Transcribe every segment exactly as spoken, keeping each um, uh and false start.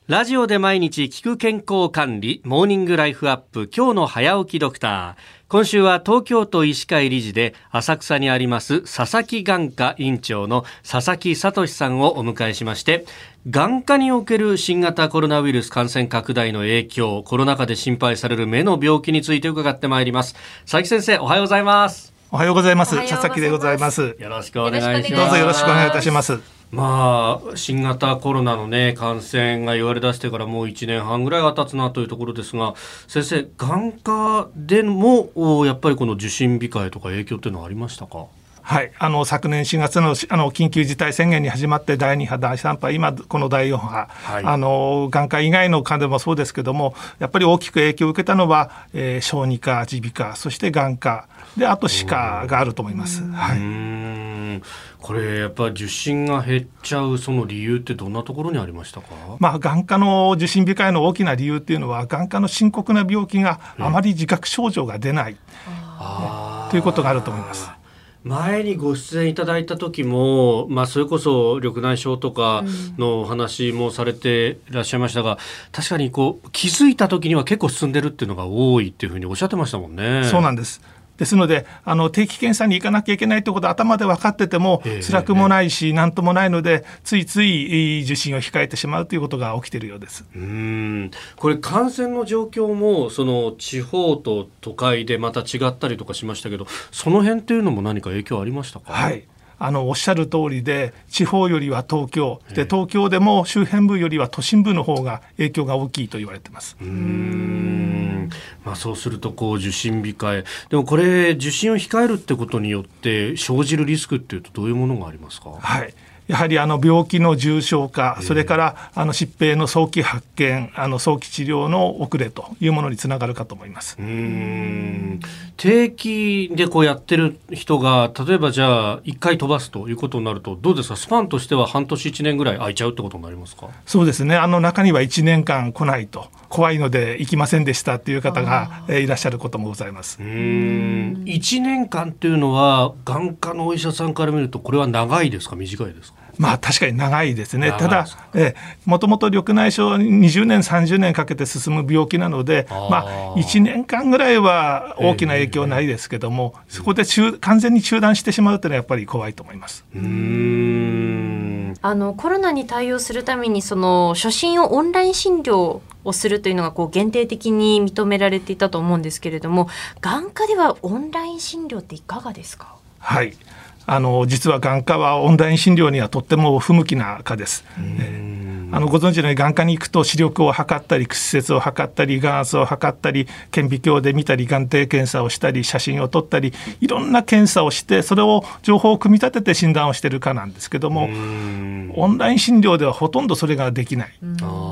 ラジオで毎日聞く健康管理モーニングライフアップ、今日の早起きドクター。今週は東京都医師会理事で浅草にあります佐々木眼科院長の佐々木聡さんをお迎えしまして、眼科における新型コロナウイルス感染拡大の影響、コロナ禍で心配される目の病気について伺ってまいります。佐々木先生、おはようございます。 おはようございます。佐々木でございます。 よろしくお願いします。 どうぞよろしくお願いいたします。 まあ、新型コロナの、ね、感染が言われ出してからもういちねんはんぐらいが経つなというところですが、先生、眼科でもやっぱりこの受診控えとか影響というのはありましたか？ はい、あの昨年しがつ の, あの緊急事態宣言に始まってだいに波だいさん波、今このだいよん波、はい、あの眼科以外の科でもそうですけども、やっぱり大きく影響を受けたのは、えー、小児科、耳鼻科、そして眼科で、あと歯科があると思います。はい、うーん、これやっぱり受診が減っちゃうその理由ってどんなところにありましたか？ まあ、眼科の受診控えの大きな理由っていうのは、眼科の深刻な病気があまり自覚症状が出ない、あということがあると思います。 前にご出演いただいた時も、まあ、それこそ緑内障とかのお話もされていらっしゃいましたが、確かにこう気づいた時には結構進んでるっていうのが多いっていうふうにおっしゃってましたもんね。 そうなんです。ですので、あの定期検査に行かなきゃいけないということは頭で分かってても辛くもないし何ともないので、ついつい受診を控えてしまうということが起きているようです。 うーん、これ感染の状況もその地方と都会でまた違ったりとかしましたけど、その辺っていうのも何か影響ありましたか？ はい、あのおっしゃる通りで、地方よりは東京で、東京でも周辺部よりは都心部の方が影響が大きいと言われています。 うーん、まあ、そうするとこう受診控えでも、これ受診を控えるってことによって生じるリスクっていうとどういうものがありますか？ はい、やはりあの病気の重症化、それからあの疾病の早期発見、あの早期治療の遅れというものにつながるかと思います。 うーん、定期でこうやってる人が例えばじゃあいっかい飛ばすということになると、どうですか？スパンとしては半年いちねんぐらい空いちゃうってことになりますか？ そうですね、あの中にはいちねんかん来ないと怖いので行きませんでしたっていう方がいらっしゃることもございます。 うーん、いちねんかんっていうのは眼科のお医者さんから見るとこれは長いですか短いですか？ まあ、確かに長いですね。ただえもともと緑内障にじゅうねんさんじゅうねんかけて進む病気なので、あ、まあ、いちねんかんぐらいは大きな影響ないですけども、そこで中完全に中断してしまうというのはやっぱり怖いと思います。 うーん、 あのコロナに対応するためにその初診をオンライン診療をするというのがこう限定的に認められていたと思うんですけれども、眼科ではオンライン診療っていかがですか？ はい、あの実は眼科はオンライン診療にはとっても不向きな科です。あのご存知のように眼科に行くと視力を測ったり屈折を測ったり眼圧を測ったり顕微鏡で見たり眼底検査をしたり写真を撮ったりいろんな検査をして、それを情報を組み立てて診断をしている科なんですけども、オンライン診療ではほとんどそれができない。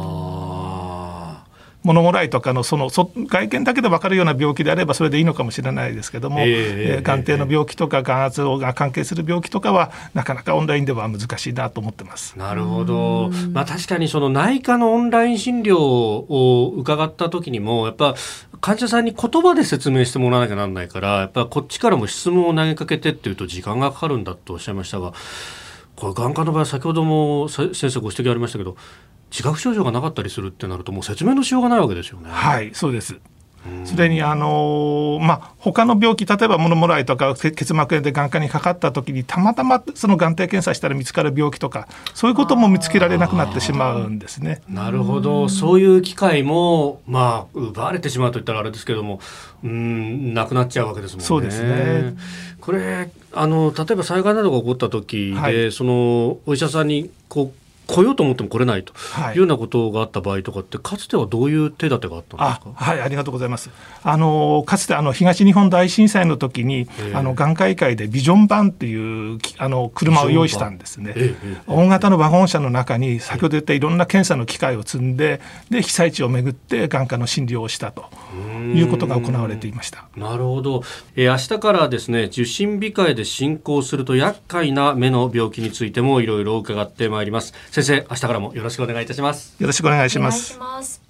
物もらいとかのそのそ外見だけで分かるような病気であればそれでいいのかもしれないですけども、えー、眼底の病気とか眼圧が関係する病気とかはなかなかオンラインでは難しいなと思ってます。 なるほど、まあ、確かにその内科のオンライン診療を伺った時にもやっぱ患者さんに言葉で説明してもらわなきゃなんないから、やっぱこっちからも質問を投げかけてっていうと時間がかかるんだとおっしゃいましたが、これ眼科の場合先ほども先生ご指摘ありましたけど、自覚症状がなかったりするってなるともう説明のしようがないわけですよね。 はい、そうです。それにあの、まあ、他の病気、例えば物もらいとか結膜炎で眼科にかかった時にたまたまその眼底検査したら見つかる病気とかそういうことも見つけられなくなってしまうんですね。 なるほど、そういう機会も、まあ、奪われてしまうといったらあれですけども、うーん、なくなっちゃうわけですもんね。 そうですね。 これあの例えば災害などが起こった時で、はい、そのお医者さんにこう来ようと思っても来れないというようなことがあった場合とかって、はい、かつてはどういう手立てがあったんですか？ あ、はい、ありがとうございます。あのかつてあの東日本大震災の時にあの眼科医会でビジョンバンっていうあの車を用意したんですね。大型のワゴン車の中に先ほど言ったいろんな検査の機械を積んで、で被災地を巡って眼科の診療をしたということが行われていました。 なるほど、えー、明日からですね、受診控えで進行すると厄介な目の病気についてもいろいろ伺ってまいります。先生、明日からもよろしくお願いいたします。 よろしくお願いします。 お願いします。